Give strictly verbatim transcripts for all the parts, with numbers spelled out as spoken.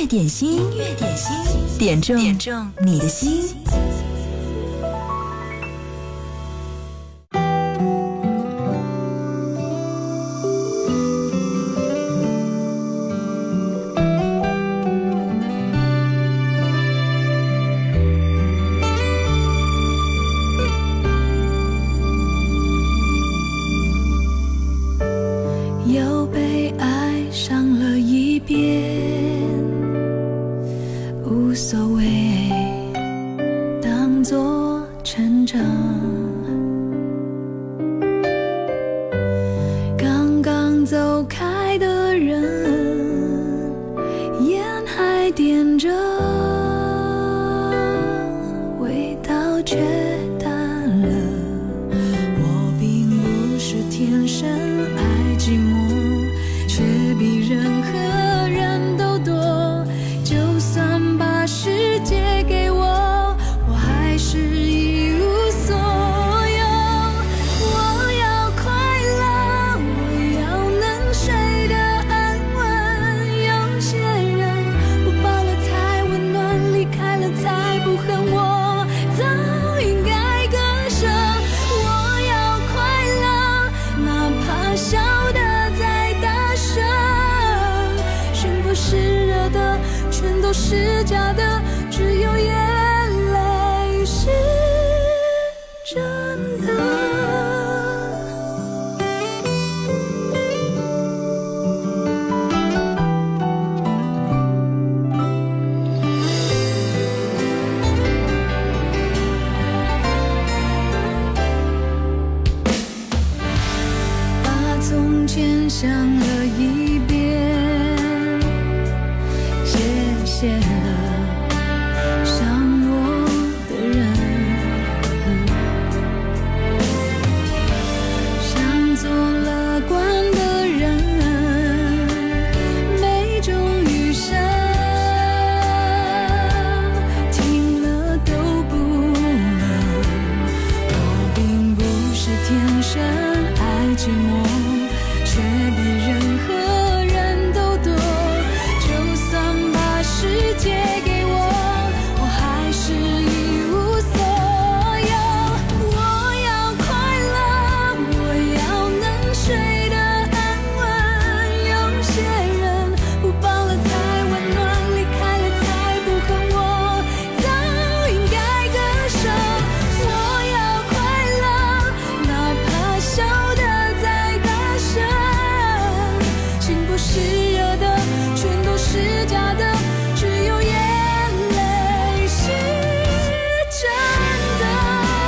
点心，音乐点心，点中点中你的心。 又被爱上了一遍，无所谓，当作成长。刚刚走开的人，烟还点着，味道却淡了。我并不是天生爱寂寞，却比任何人都多。就算把世界给我，我还是一无所有。我要快乐，我要能睡得安稳。有些人不抱了才温暖，离开了才不恨我，早应该割舍。我要快乐，哪怕笑得再大声，心不是热的，全都是假的，只有眼泪是真的。把从前想了一遍，谢谢了伤我的人，想做乐观的人，没种余生，听了都不冷。我并不是天生爱寂寞，却比任何人都多。就算把世界给我，我还是一无所有。我要快乐，我要能睡得安稳。有些人不抱了才温暖，离开了才不恨我，早应该割舍。我要快乐，哪怕笑得再大声，心不是热的，全都是假的，只有眼泪是真的。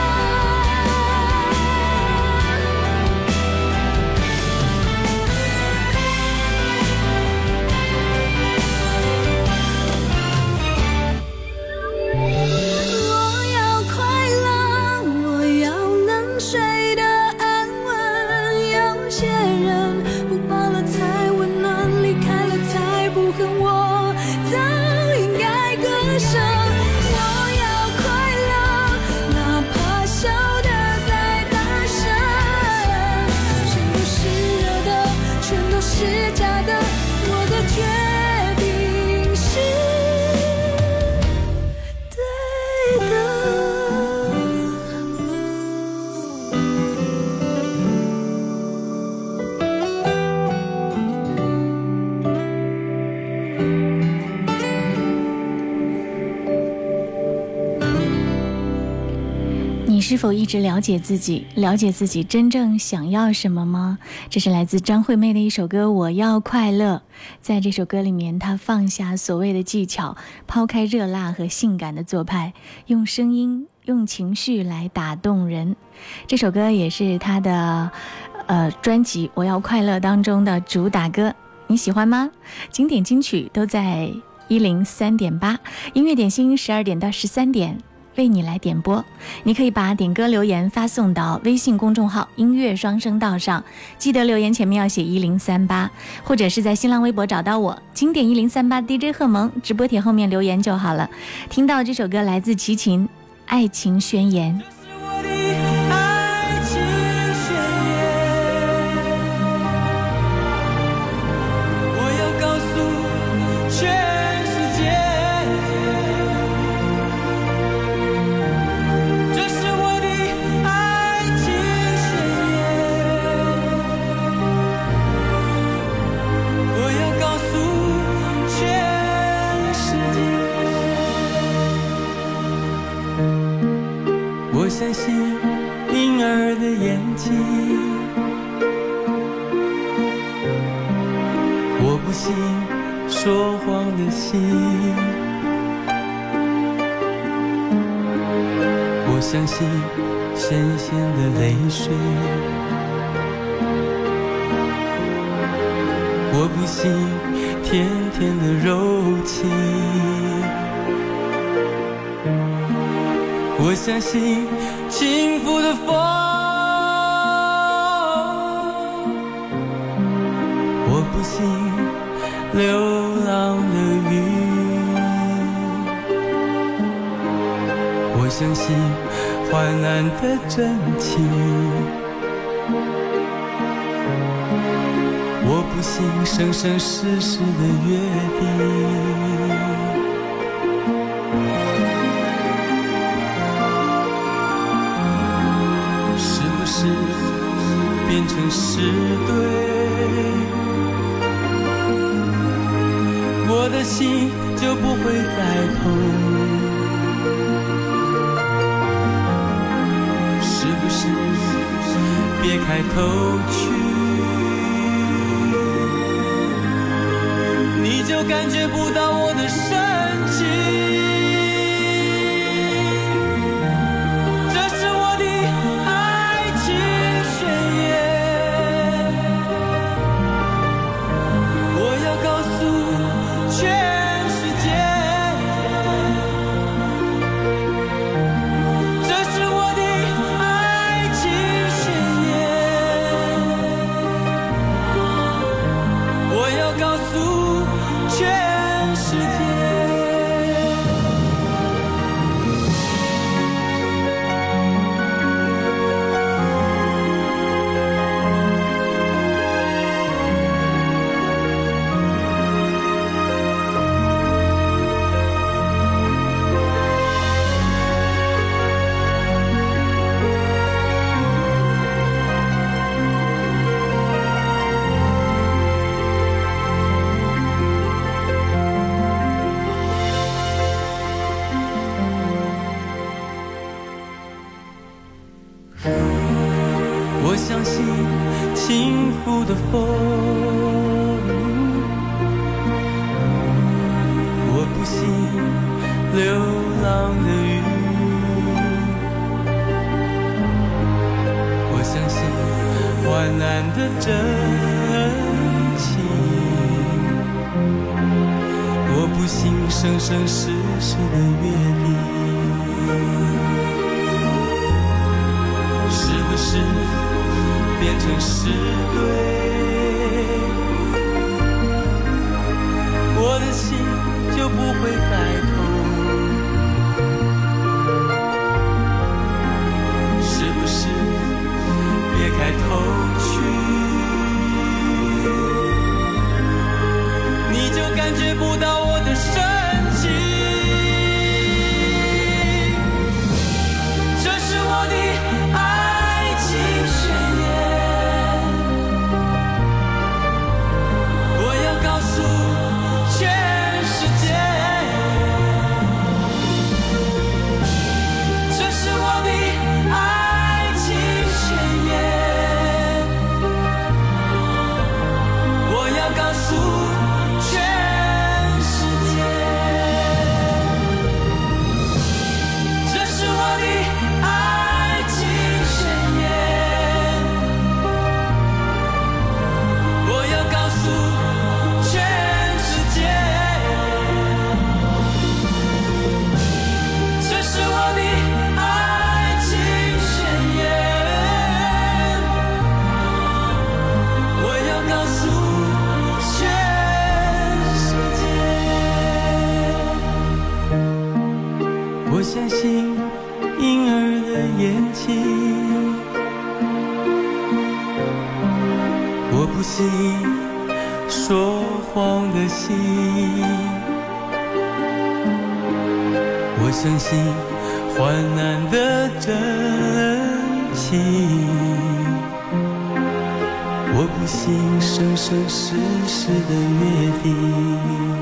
我要快乐，我要能睡得安稳。有些人不抱了才温暖，离开了才不恨我，早应该割舍。我要快乐，哪怕笑得再大声，心不是热的，全都是假的，我的决定是对的。 你是否一直了解自己，了解自己真正想要什么吗？这是来自张惠妹的一首歌《我要快乐》。在这首歌里面，她放下所谓的技巧，抛开热辣和性感的做派，用声音用情绪来打动人。这首歌也是她的呃专辑《我要快乐》当中的主打歌，你喜欢吗？经典金曲都在一零三点八，音乐点心十二点到十三点。为你来点播，你可以把点歌留言发送到微信公众号音乐双声道上，记得留言前面要写一零三八，或者是在新浪微博找到我经典一零三八 D J 贺萌，直播帖后面留言就好了。听到这首歌来自齐秦，爱情宣言。 我要告诉全世界情，我不信说谎的心，我相信咸咸的泪水，我不信甜甜的柔情，我相信轻拂的风，我不信流浪的云，我相信患难的真情，我不信生生世世的约定。是不是变成是对，我的心就不会再痛？是不是别开头去，你就感觉不到我的深情？这是我的爱情宣言，我要告诉全世界，这是我的爱情宣言，我要告诉全世界。我相信轻拂的风，我不信流浪的雨，我相信患难的真情，我不信生生世世的约定。是不是变成是对，我的心就不会再痛？是不是别开头去，你就感觉不到我的深情？这是我的爱情宣言，我要告诉全世界，这是我的爱情宣言，我要告诉全世界，这是我的爱情宣言，我要告诉全世界，这是我的爱情宣言，我要告诉全世界。我相信婴儿的眼睛，我不信说谎的心，我相信患难的真情，我不信生生世世的约定。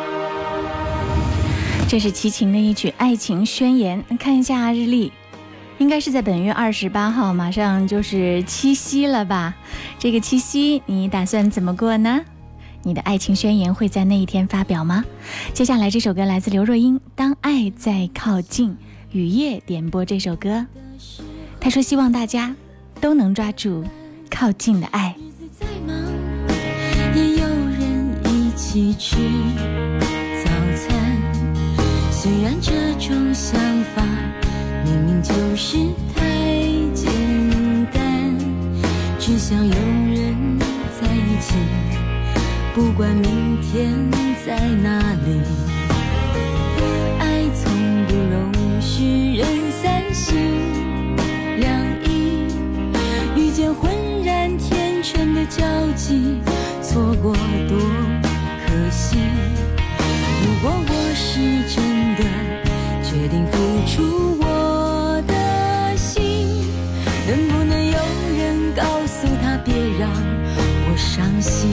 这是齐秦的一曲《爱情宣言》。看一下日历， 应该是在本月二十八号，马上就是七夕了吧？这个七夕你打算怎么过呢？你的爱情宣言会在那一天发表吗？接下来这首歌来自刘若英，《当爱在靠近》，雨夜点播这首歌。他说希望大家都能抓住靠近的爱。 再忙也有人一起吃早餐，虽然这种想法明明就是太简单，只想有人在一起，不管明天在哪里。爱从不容许人三心两意，遇见浑然天成的交集，错过多可惜。如果我是真的决定付出我的心，能不能有人告诉他别让我伤心？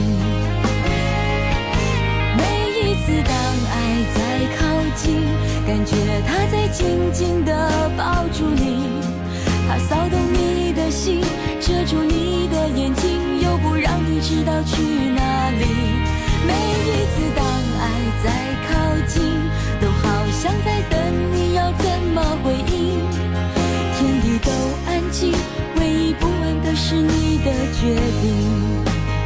每一次当爱在靠近，感觉他在紧紧地抱住你，他骚动你的心，遮住你的眼睛，又不让你知道去哪里。每一次当爱在靠近，都好像在等你要怎么回应。天地都安静，唯一不安的是你的决定。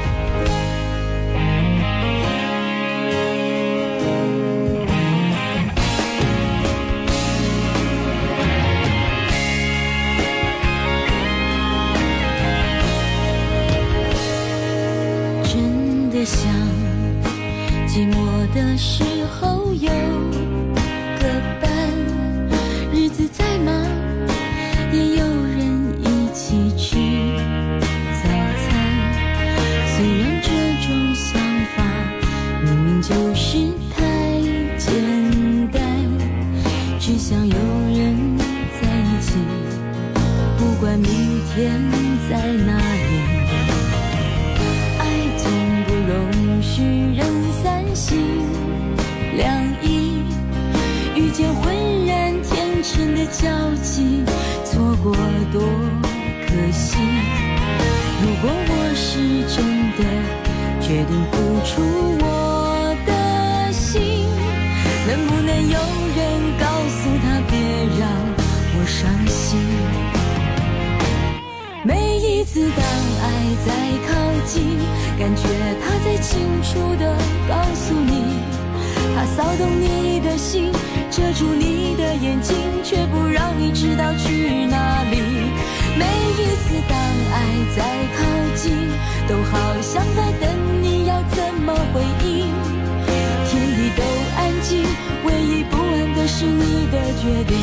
想寂寞的时候有个伴，日子再忙也有人一起吃早餐。虽然这种想法明明就是太简单，只想有人在一起，不管明天在哪里。容许人三心两意，遇见浑然天成的交集，错过多可惜。如果我是真的决定付出我的心，能不能有人告诉他别让我伤心？每一次当爱在靠近，感觉他在清楚地告诉你，他骚动你的心，遮住你的眼睛，却不让你知道去哪里。每一次当爱在靠近，都好像在等你要怎么回应。天地都安静，唯一不安的是你的决定。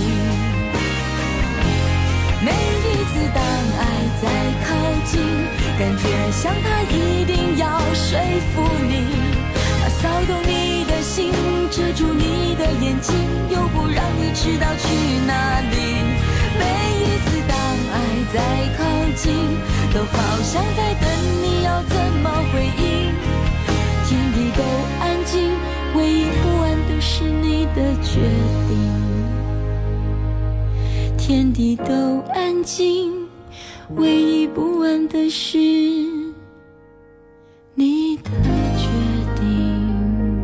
每一次当爱在靠近，感觉像他一定要说服你，他骚动你的心，遮住你的眼睛，又不让你知道去哪里。每一次当爱在靠近，都好像在等你要怎么回应。天地都安静，唯一不安的是你的决定。天地都安静，唯一不安的是你的决定。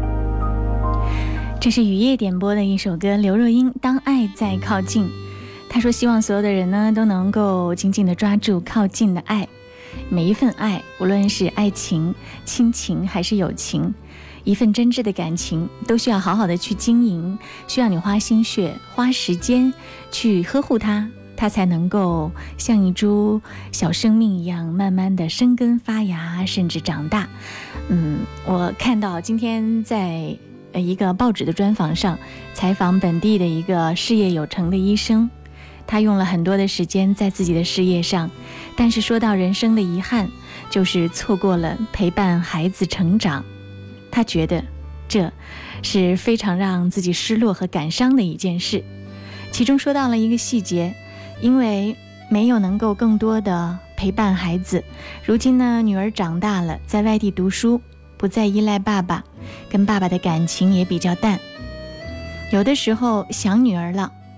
这是雨夜点播的一首歌，刘若英《当爱在靠近》。她说希望所有的人呢都能够紧紧地抓住靠近的爱，每一份爱，无论是爱情、亲情还是友情，一份真挚的感情都需要好好的去经营，需要你花心血花时间去呵护它，它才能够像一株小生命一样慢慢的生根发芽，甚至长大。嗯，我看到今天在一个报纸的专访上采访本地的一个事业有成的医生，他用了很多的时间在自己的事业上，但是说到人生的遗憾，就是错过了陪伴孩子成长。他觉得这是非常让自己失落和感伤的一件事。其中说到了一个细节，因为没有能够更多的陪伴孩子，如今呢女儿长大了，在外地读书，不再依赖爸爸，跟爸爸的感情也比较淡。有的时候想女儿了，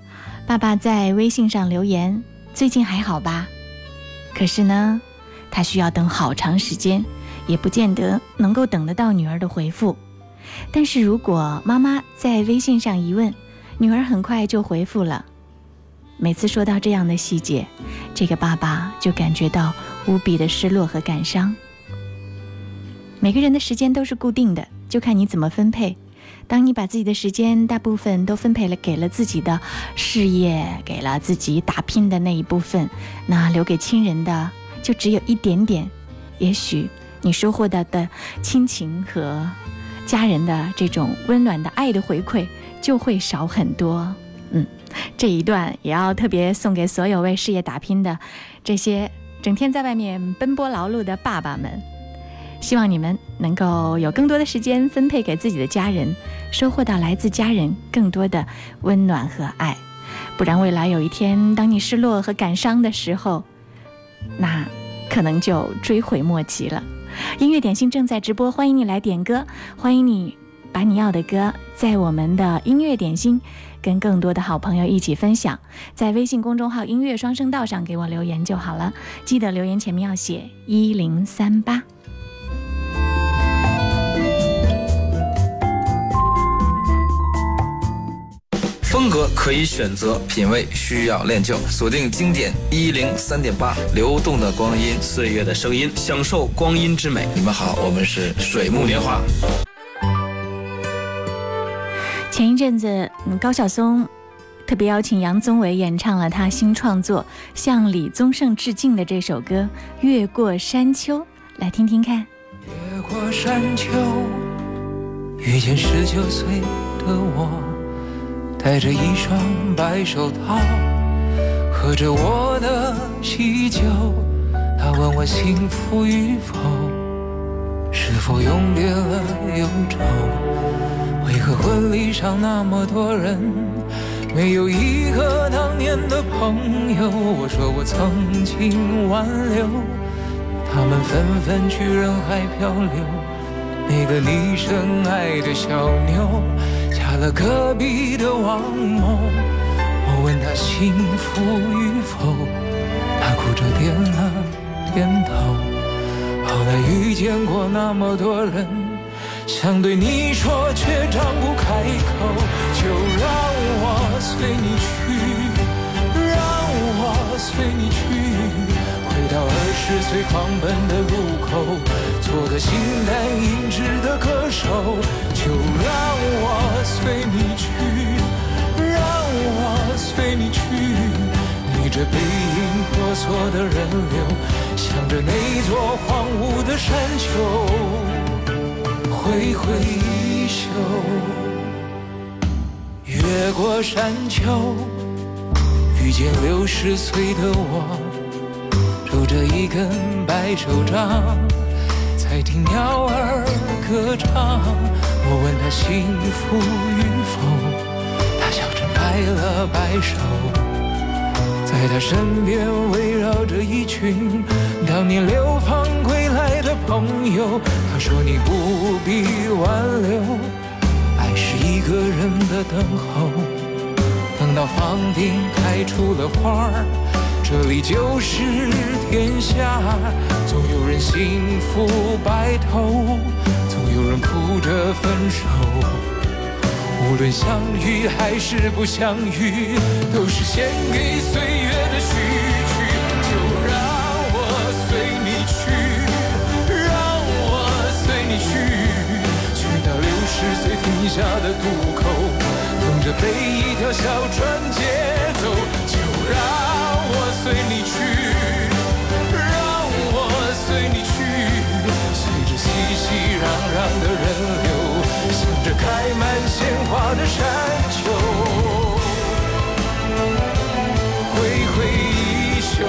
爸爸在微信上留言，最近还好吧？可是呢，他需要等好长时间，也不见得能够等得到女儿的回复。但是如果妈妈在微信上一问，女儿很快就回复了。每次说到这样的细节，这个爸爸就感觉到无比的失落和感伤。每个人的时间都是固定的，就看你怎么分配。当你把自己的时间大部分都分配了给了自己的事业，给了自己打拼的那一部分，那留给亲人的就只有一点点，也许你收获到的亲情和家人的这种温暖的爱的回馈就会少很多。嗯，这一段也要特别送给所有为事业打拼的这些整天在外面奔波劳碌的爸爸们，希望你们能够有更多的时间分配给自己的家人，收获到来自家人更多的温暖和爱。不然未来有一天当你失落和感伤的时候，那可能就追悔莫及了。音乐点心正在直播，欢迎你来点歌，欢迎你把你要的歌在我们的音乐点心跟更多的好朋友一起分享。在微信公众号音乐双声道上给我留言就好了，记得留言前面要写一零三八。 风格可以选择，品味需要练就。锁定经典一零三点八，流动的光阴， 岁月的声音，享受光阴之美。 你们好，我们是水木年华。 前一阵子，高晓松特别邀请杨宗纬演唱了他新创作向李宗盛致敬的这首歌《越过山丘》，来听听看。 越过山丘，遇见十九岁的我，戴着一双白手套，喝着我的喜酒。他问我幸福与否，是否永别了忧愁？为何婚礼上那么多人，没有一个当年的朋友？我说我曾经挽留，他们纷纷去人海漂流。那个你深爱的小妞嫁了隔壁的王某，我问他幸福与否，他哭着点了点头。后来遇见过那么多人，想对你说却张不开口，就让我随你去，让我随你去，回到二十岁狂奔的路口，做个形单影只的歌手。就让我随你去，让我随你去，逆着背影婆娑的人流，向着那座荒芜的山丘挥挥衣袖。越过山丘，遇见六十岁的我，拄着一根白手杖，在听鸟儿歌唱。我问他幸福与否，他笑着摆了摆手。在他身边围绕着一群当年流放归来的朋友。他说你不必挽留，爱是一个人的等候。等到房顶开出了花儿，这里就是天下。总有人幸福白头，总有人哭着分手。无论相遇还是不相遇，都是献给岁月的序曲。就让我随你去，让我随你去，去到六十岁停下的渡口，等着被一条小船接走。就让我随你去，让我随你去，随着熙熙攘攘的人流，向着开满鲜花的山丘挥挥衣袖。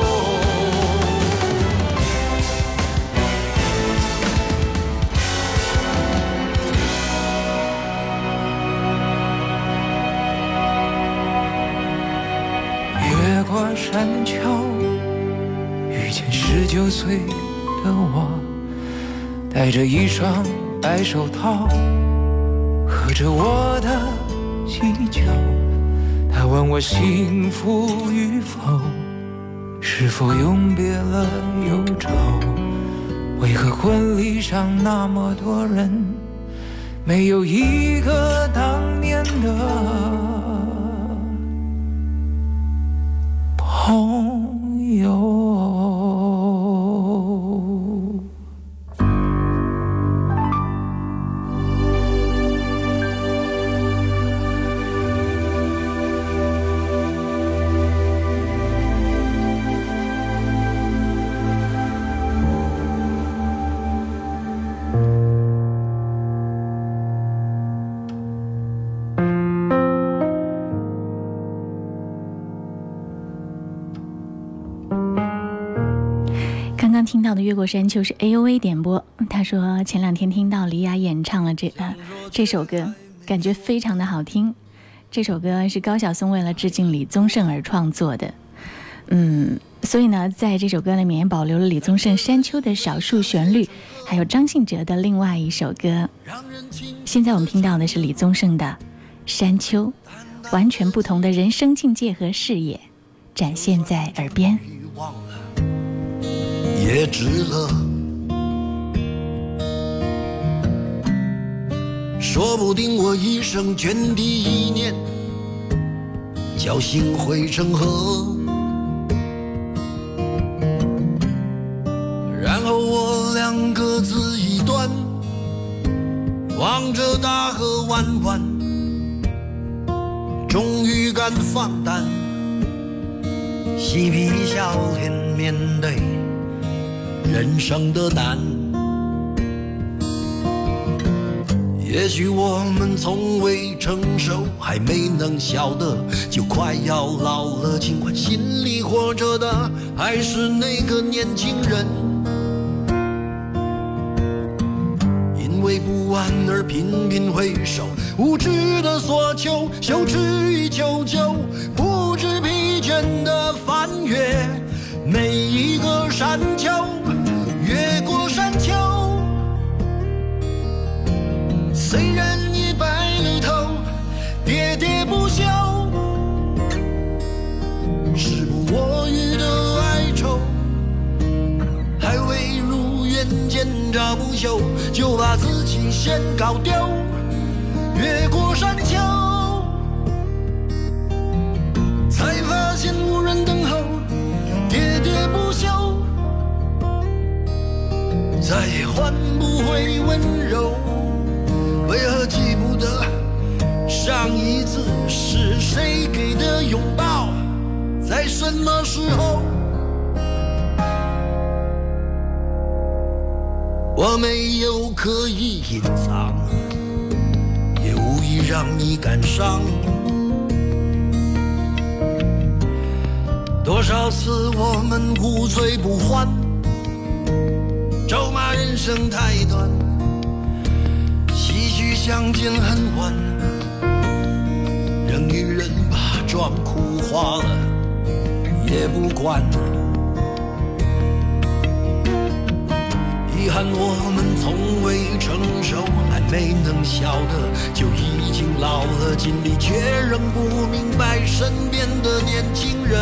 越过山丘，遇见十九岁的我，戴着一双白手套，喝着我的喜酒。 他问我幸福与否，是否永别了忧愁？为何婚礼上那么多人，没有一个当年的朋友？ 听到的越过山丘是 A O A 点播，他说前两天听到李雅演唱了这呃这首歌，感觉非常的好听。这首歌是高晓松为了致敬李宗盛而创作的，嗯，所以呢，在这首歌里面保留了李宗盛《山丘》的少数旋律，还有张信哲的另外一首歌。现在我们听到的是李宗盛的《山丘》，完全不同的人生境界和视野展现在耳边。 也值了，说不定我一生涓滴一念，侥幸汇成河，然后我俩各自一端，望着大河弯弯，终于敢放胆，嬉皮笑脸面对人生的难。也许我们从未成熟，还没能晓得，就快要老了，尽管心里活着的还是那个年轻人。因为不安而频频回首，无知的索求，羞耻与求救，不知疲倦的翻越每一个山丘，越过山丘，虽然已白了头，喋喋不休，时不我予的哀愁，还未如愿见着不朽，就把自己先搞丢。越过山丘，才发现无人等候，喋喋不休，再也换不回温柔。为何记不得上一次是谁给的拥抱，在什么时候？我没有刻意隐藏，也无意让你感伤。多少次我们无醉不欢，咒骂人生太短，唏嘘相见恨晚，人与人把妆哭花了也不管。遗憾我们从未成熟，还没能晓得，就已经老了，尽力却仍不明白身边的年轻人。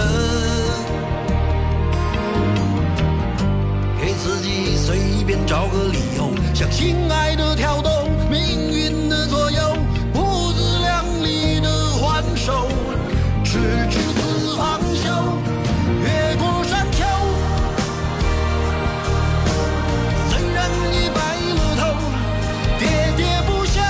给自己随便找个理由，向心爱的挑逗，命运的左右，不自量力的还手，直至死方休。越过山丘，虽然已白了头，喋喋不休，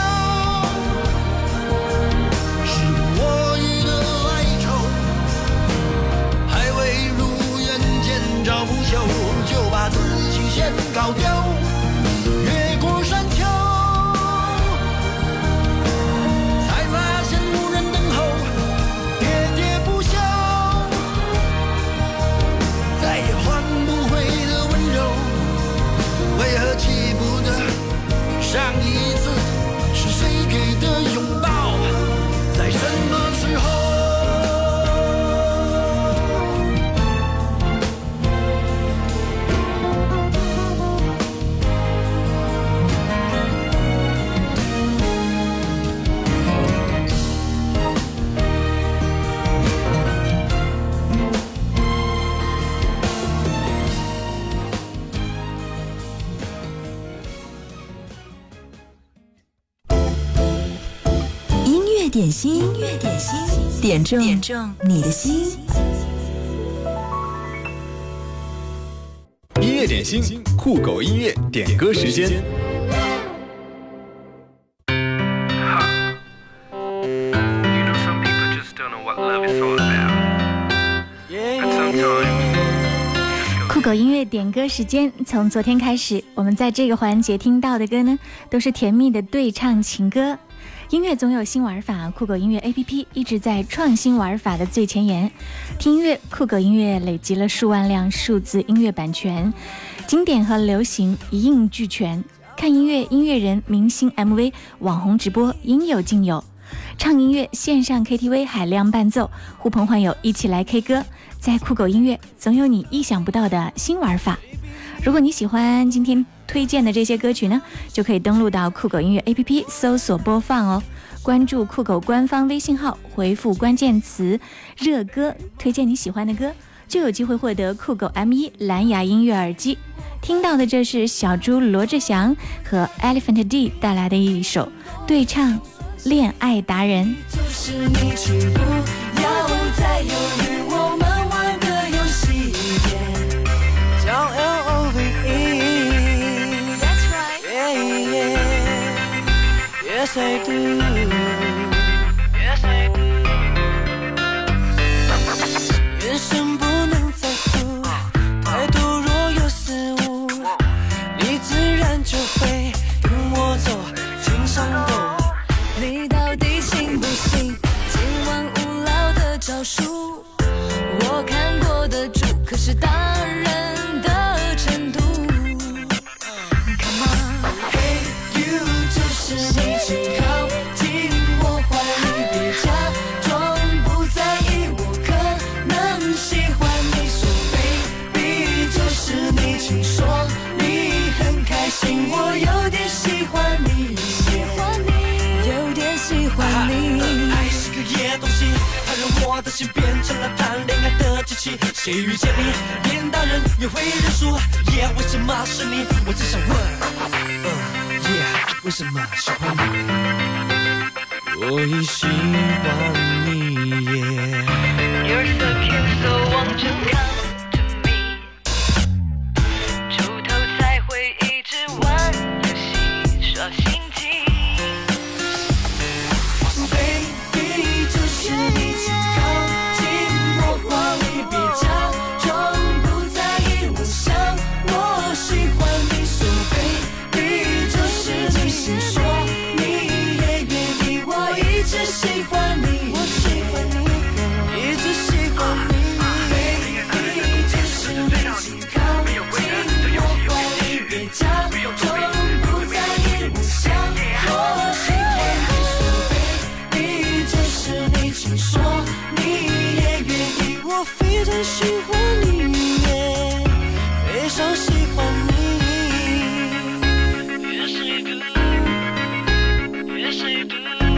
是我予的哀愁，还未如愿见着不朽，就把自己先搞丢。越过山丘， 点心，音乐点心，点中点中你的心。 音乐点心，酷狗音乐点歌时间。 酷狗音乐点歌时间，从昨天开始，我们在这个环节听到的歌呢，都是甜蜜的对唱情歌。音乐总有新玩法，酷狗音乐 A P P 一直在创新玩法的最前沿。听音乐，酷狗音乐累积了数万辆数字音乐版权，经典和流行一应俱全。看音乐，音乐人、明星 M V、网红直播应有尽有。唱音乐，线上 K T V 海量伴奏，呼朋唤友一起来 K 歌。在酷狗音乐，总有你意想不到的新玩法。如果你喜欢今天推荐的这些歌曲呢，就可以登录到酷狗音乐 A P P 搜索播放哦。关注酷狗官方微信号，回复关键词热歌，推荐你喜欢的歌，就有机会获得酷狗 M 一蓝牙音乐耳机。听到的这是小猪罗志祥和 Elephant D 带来的一首对唱恋爱达人。 就是你，请不要再犹豫，我们玩个游戏，叫 L O V E。 That's right. Yeah, yeah. Yes I do. Yes I do. 眼神不能在乎，态度若有失误，你自然就会跟我走，情上斗。你到底信不信今晚无聊的招数？我看过的主可是大人的程度。Come on, hey you， 就是你，请靠近我怀里，别假装不在意，我可能喜欢你。说 baby， 就是你，请说你很开心，我有点喜欢你，喜欢你。喜欢你，爱是个野东西，它让我的心变成了谈恋爱的机器。谁遇见你，连大人也会认输。Yeah， 为什么是你？我只想问，嗯、uh, ，Yeah， 为什么喜欢你？我也喜欢你 ，Yeah。You're so cute, so won't you come to me？ 出头才会一直玩游戏，耍心机。是你，请靠近我怀里，别假装不在意，我想我喜欢你。说 baby， 就是你，请说你也愿意，我一直喜欢你，我喜欢你，一直喜欢你。baby， 就是你，请靠近我怀里，别假装不在意，我想我喜欢你。说 baby， 就是你。请说你也愿意，我非常喜欢你，非常喜欢你。Yes I do, Yes I do，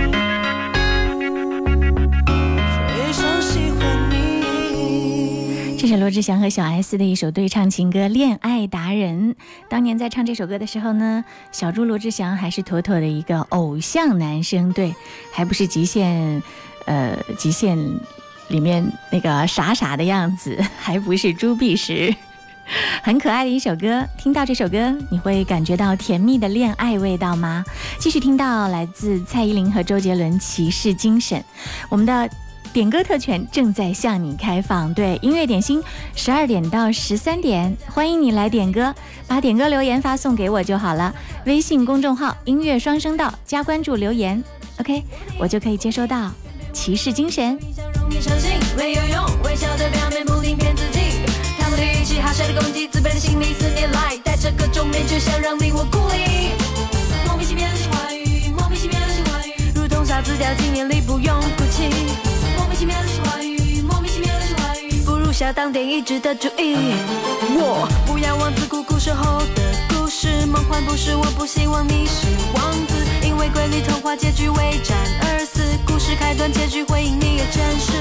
非常喜欢你。 这是罗志祥和小 S 的一首对唱情歌《恋爱达人》。当年在唱这首歌的时候呢，小猪罗志祥还是妥妥的一个偶像男生，对，还不是极限呃，极限里面那个傻傻的样子，还不是朱碧石，很可爱的一首歌。听到这首歌，你会感觉到甜蜜的恋爱味道吗？继续听到来自蔡依林和周杰伦《骑士精神》。我们的点歌特权正在向你开放，对，音乐点心十二点到十三点，欢迎你来点歌，把点歌留言发送给我就好了。微信公众号音乐双声道加关注留言 ，OK， 我就可以接收到。骑士精神， 你相信没有用，微笑的表面不停骗自己，他们的语气，哈晒的攻击，自卑的心理，四年来戴着各种面具，想让你我孤立。莫名其妙的情话语，莫名其妙的情话语，如同沙子掉进眼里，不用哭泣。莫名其妙的情话语，莫名其妙的情话语，不如下当点一致的主意。我不要王子苦苦守候的故事，梦幻不是，我不希望你是王子，因为瑰丽童话结局为战而死，故事开端结局会因你而真实。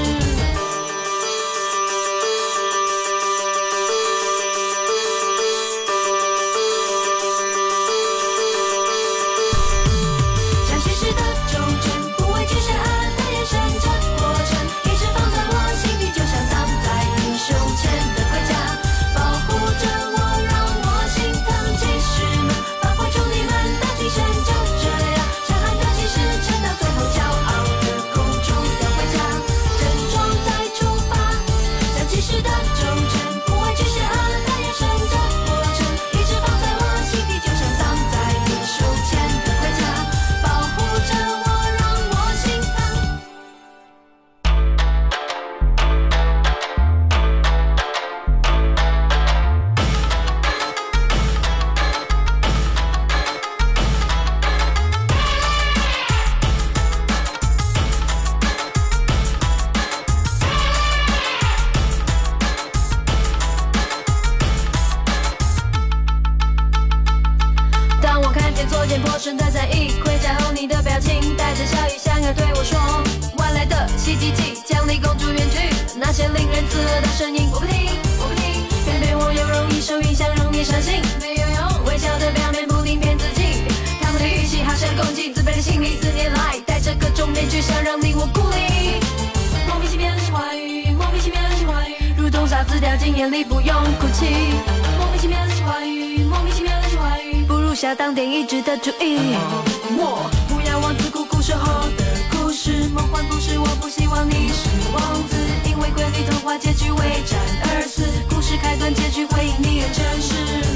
像现实的忠贞，不畏惧深暗， 边作奸破身的在意，回家后你的表情带着笑意，想要对我说，晚来的袭击季将离公主远去，那些令人刺耳的声音我不听我不听，偏偏我又容易受影响，容易伤心，没有用微笑的表面不停骗自己，他们的语气好像攻击，自卑的心理四年来戴着各种面具，想让你我孤立，莫名其妙的是话语，莫名其妙的是话语，如同沙子掉进眼里，不用哭泣，莫名其妙的是话语，莫名其妙的是话语，不如下当点一致的主意。我不要王子苦苦守候的故事，梦幻故事，我不希望你是王子，因为瑰丽童话结局为战而死，故事开端结局会因你而真实。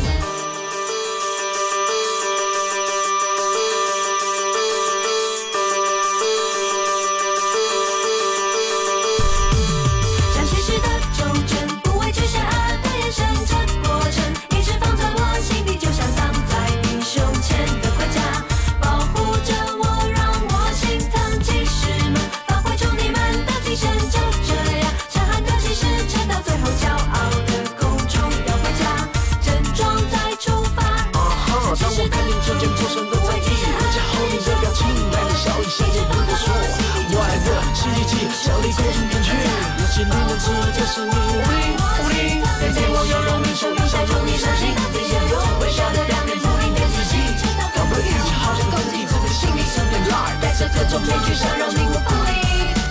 就是你无理无理，偏偏我又容易受影响，容易伤心，别想用微笑的表面不停骗自己，放不语气好像攻击，自卑心理四面来戴着各种面具，想让你我不理。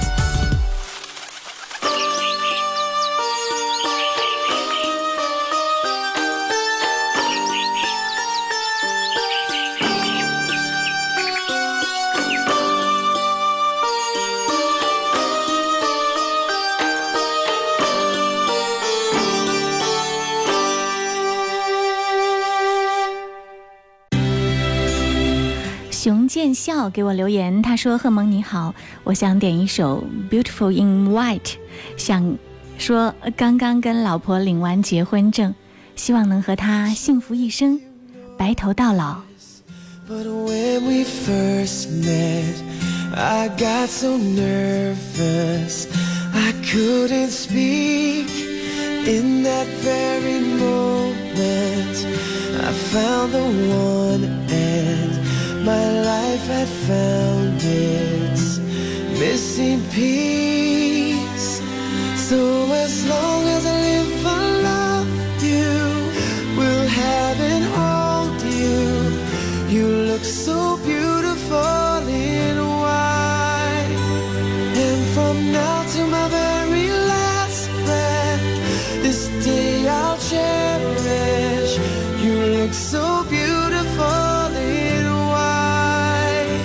熊见笑给我留言，他说：贺蒙你好，我想点一首 Beautiful in White， 想说刚刚跟老婆领完结婚证，希望能和她幸福一生，白头到老。 But when we first met, I got so nervous I couldn't speak. In that very moment I found the one and my life had found its missing piece. So as long as I live I love you, will have and hold you. You look so beautiful in white, and from now to my very last breath, this day I'll cherish. You look so beautiful in white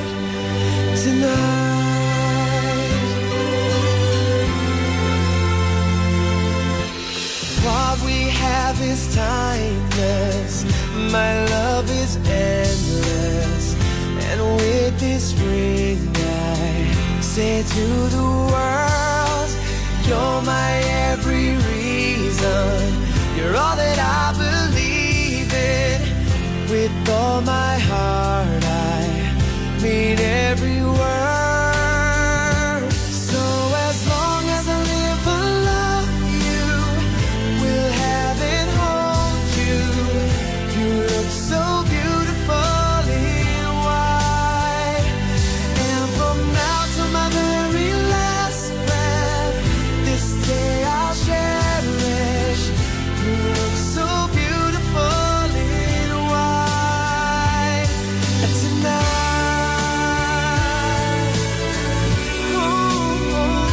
tonight. What we have is timeless, my love is endless, and with this ring I say to the world, you're my every reason, you're all that I believe in. With all my heart I mean every word. So as long as I live I love you, will have and hold you. You look so beautiful in white, and from now to my very last breath, this day I'll cherish. You look so beautiful in white tonight. Oh, oh.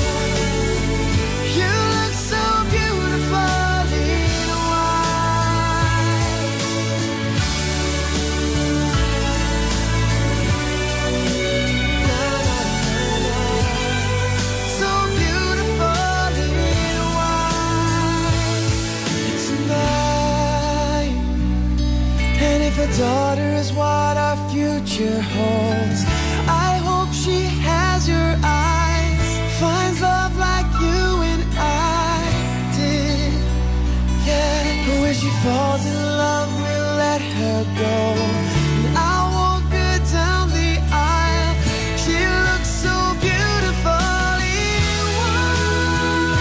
You look so beautiful in white. So beautiful in white tonight. And if a daughter is what our future holds, I hope she has your eyes, finds love like you and I did. Yeah, but when she falls in love, we'll let her go, and I won't go down the aisle. She looks so beautiful in white.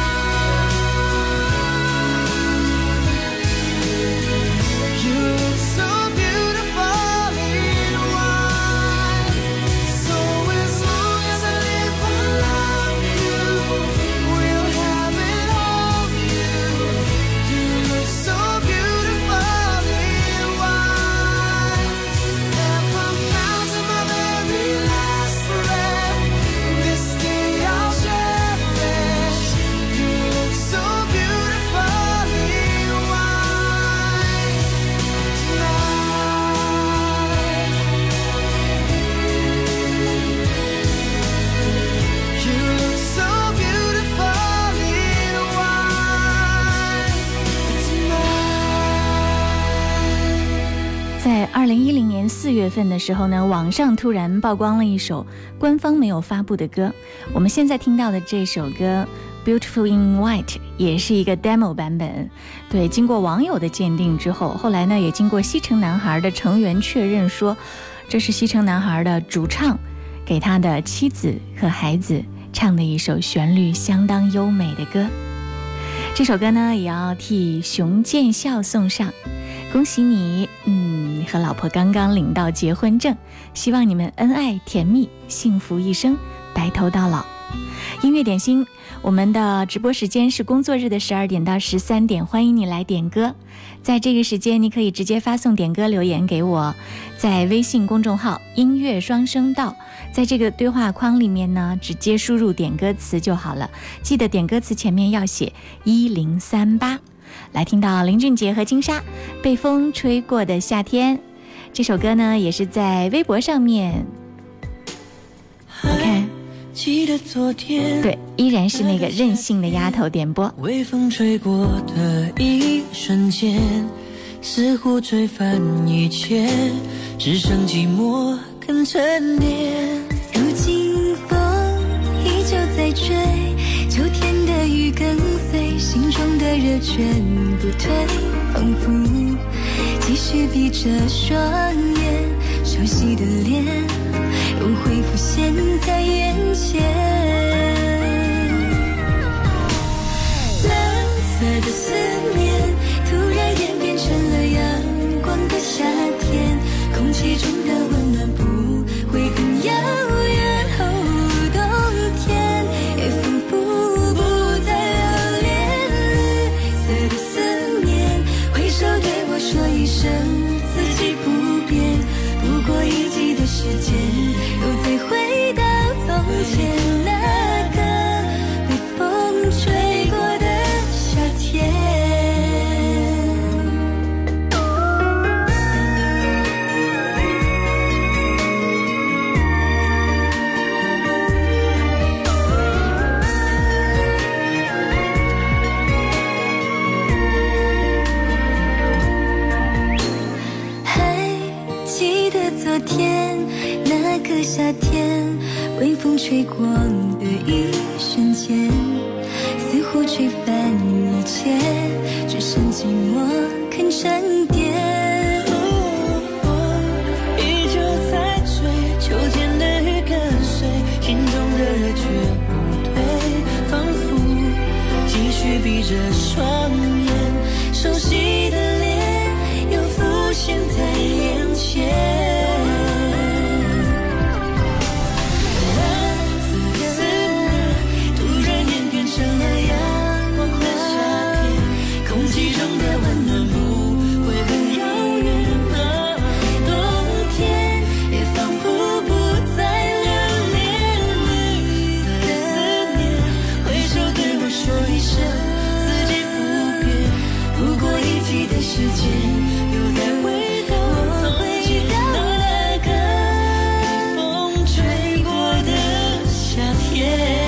You look so beautiful in 零一零年四月份的时候呢，网上突然曝光了一首官方没有发布的歌。我们现在听到的这首歌 Beautiful in White 也是一个 demo 版本。对，经过网友的鉴定之后，后来呢也经过西城男孩的成员确认说，这是西城男孩的主唱给他的妻子和孩子唱的一首旋律相当优美的歌。这首歌呢也要替熊建孝送上，恭喜你，嗯，和老婆刚刚领到结婚证，希望你们恩爱甜蜜，幸福一生，白头到老。音乐点心，我们的直播时间是工作日的十二点到十三点，欢迎你来点歌。在这个时间，你可以直接发送点歌留言给我，在微信公众号音乐双声道，在这个对话框里面呢，直接输入点歌词就好了，记得点歌词前面要写一零三八。来听到林俊杰和金莎被风吹过的夏天，这首歌呢也是在微博上面，我看记得昨天， 对，依然是那个任性的丫头点播。 微风吹过的一瞬间，似乎吹翻一切，只剩寂寞跟沉淀。如今风依旧在追，秋天的雨跟随，心中的热全不退，仿佛继续闭着双眼，熟悉的脸又会浮现在眼前。蓝色的思念突然演变成了阳光的夏天，空气中的温暖不会很遥远，哦，冬天也仿佛不再留恋。绿色的思念挥手对我说一声四季不变，不过一季的时间又再回到从前那个被风吹过的夏天。昨天那个夏天，微风吹过的一瞬间，似乎吹翻一切，只剩寂寞肯沉淀。依旧在追，秋天的雨跟随，心中的热却不退，仿佛继续闭着双眼，熟悉的脸又浮现在眼前。时间又在回头，回到那个被风吹过的夏天。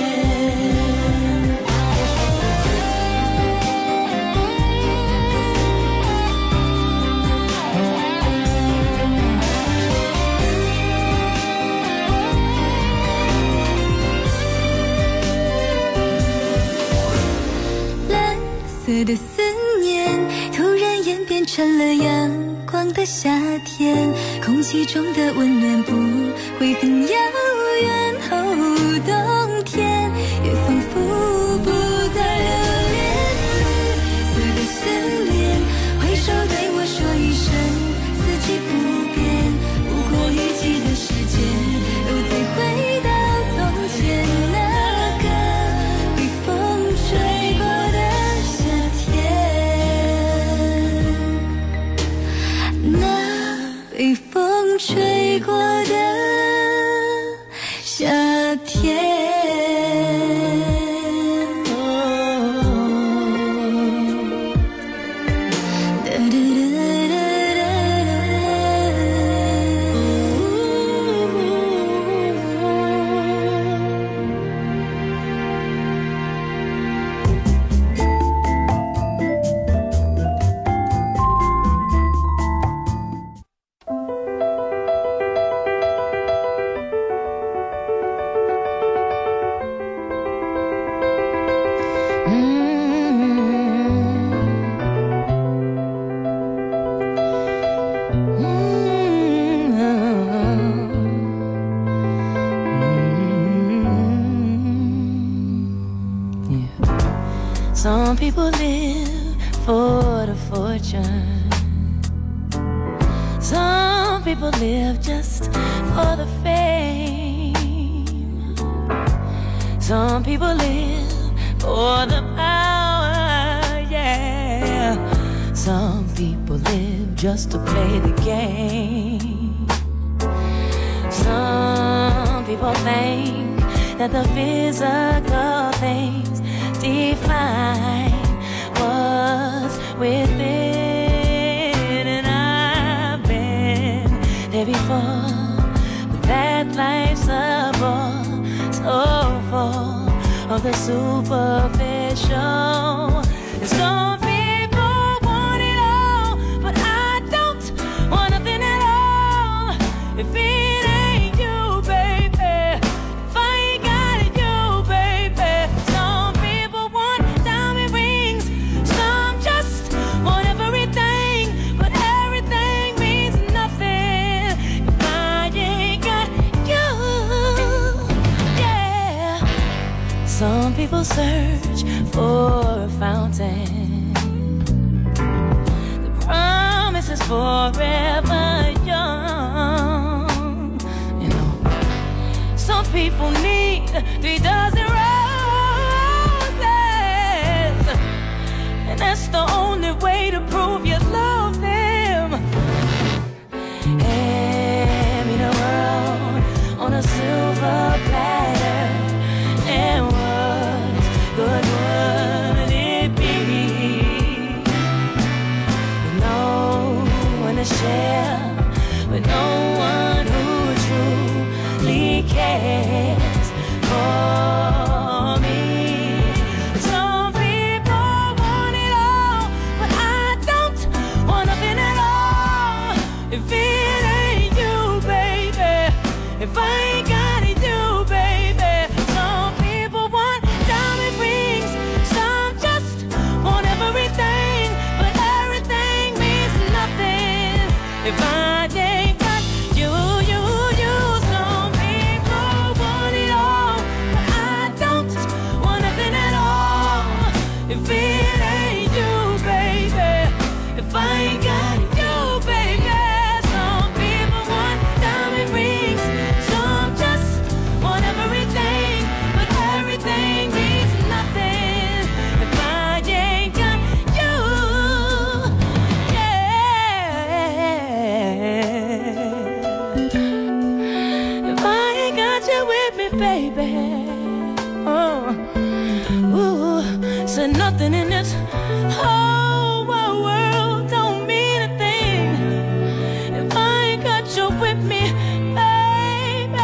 蓝色的思念突然演变成了阳光的夏天，空气中的温暖不会很遥远，哦，冬天也仿佛不再留恋。绿色的思念挥手对我说一声四季不变，不过一季的时间又再回到从前那个被风吹过的夏天，那被风吹过的夏天。 people live for the fortune. Some people live just for the fame. Some people live for the power, yeah. Some people live just to play the game. Some people think that the physical things define what's within, and I've been there before, but that life's a bore so full of the superficial. And some people want it all, but I don't want nothing at all. If it ain't you, baby, if I ain't got it, you, baby. Some people want diamond rings, some just want everything, but everything means nothing if I ain't got you, yeah. Some people search for a fountain, the promise is forever young. You know, some people need three dozen roses, and that's the only way to prove you love them. Hand me the world on a silver platter, and what good would it be with no one to share, with no one who truly cares for me? Some people want it all, but I don't want nothing at all. If it ain't you, baby, if I ain't got it, you, baby. Some people want diamond rings, some just want everything, but everything means nothing if I ain't got you, you, you. Some people want it all, but I don't want nothing at all. If it ain't you, baby, if I ain't got it, you, baby. Some people want diamond rings, some just want everything, but everything means nothing if I ain't got you, yeah. If I ain't got you with me, baby, oh, ooh, said nothing in this whole wide world don't mean a thing if I ain't got you with me, baby.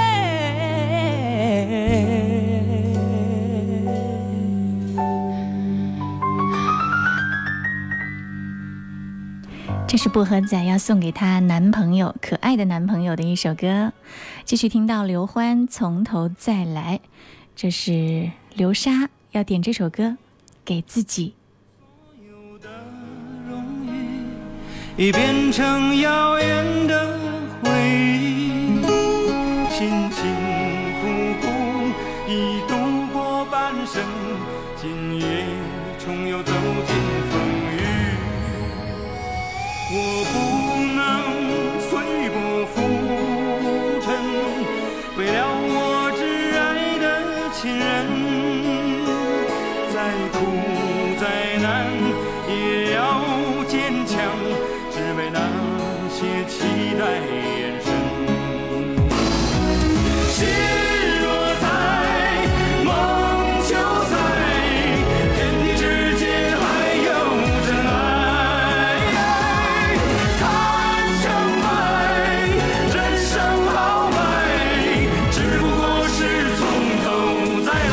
这是薄荷仔要送给她男朋友，可爱的男朋友的一首歌。继续听到刘欢从头再来，这是流沙要点这首歌给自己。 已变成遥远的回忆，辛辛苦苦已度过半生，今夜重又走进风雨。我不能随波浮沉，为了我挚爱的亲人，再苦再难也要坚强，只为那些期待眼神。心若在，梦就在，天地之间还有真爱。看成败，人生豪迈，只不过是从头再来。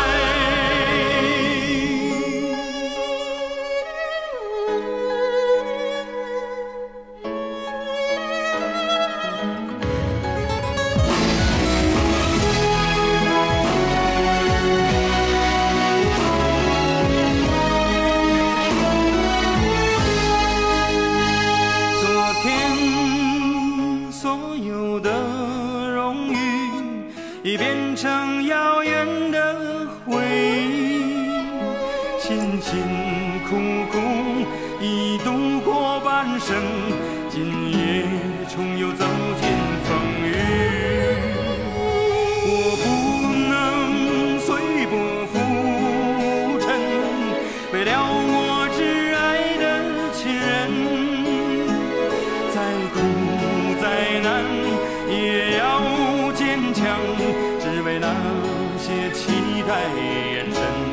已变成遥远的回忆，轻轻也要坚强，只为那些期待眼神。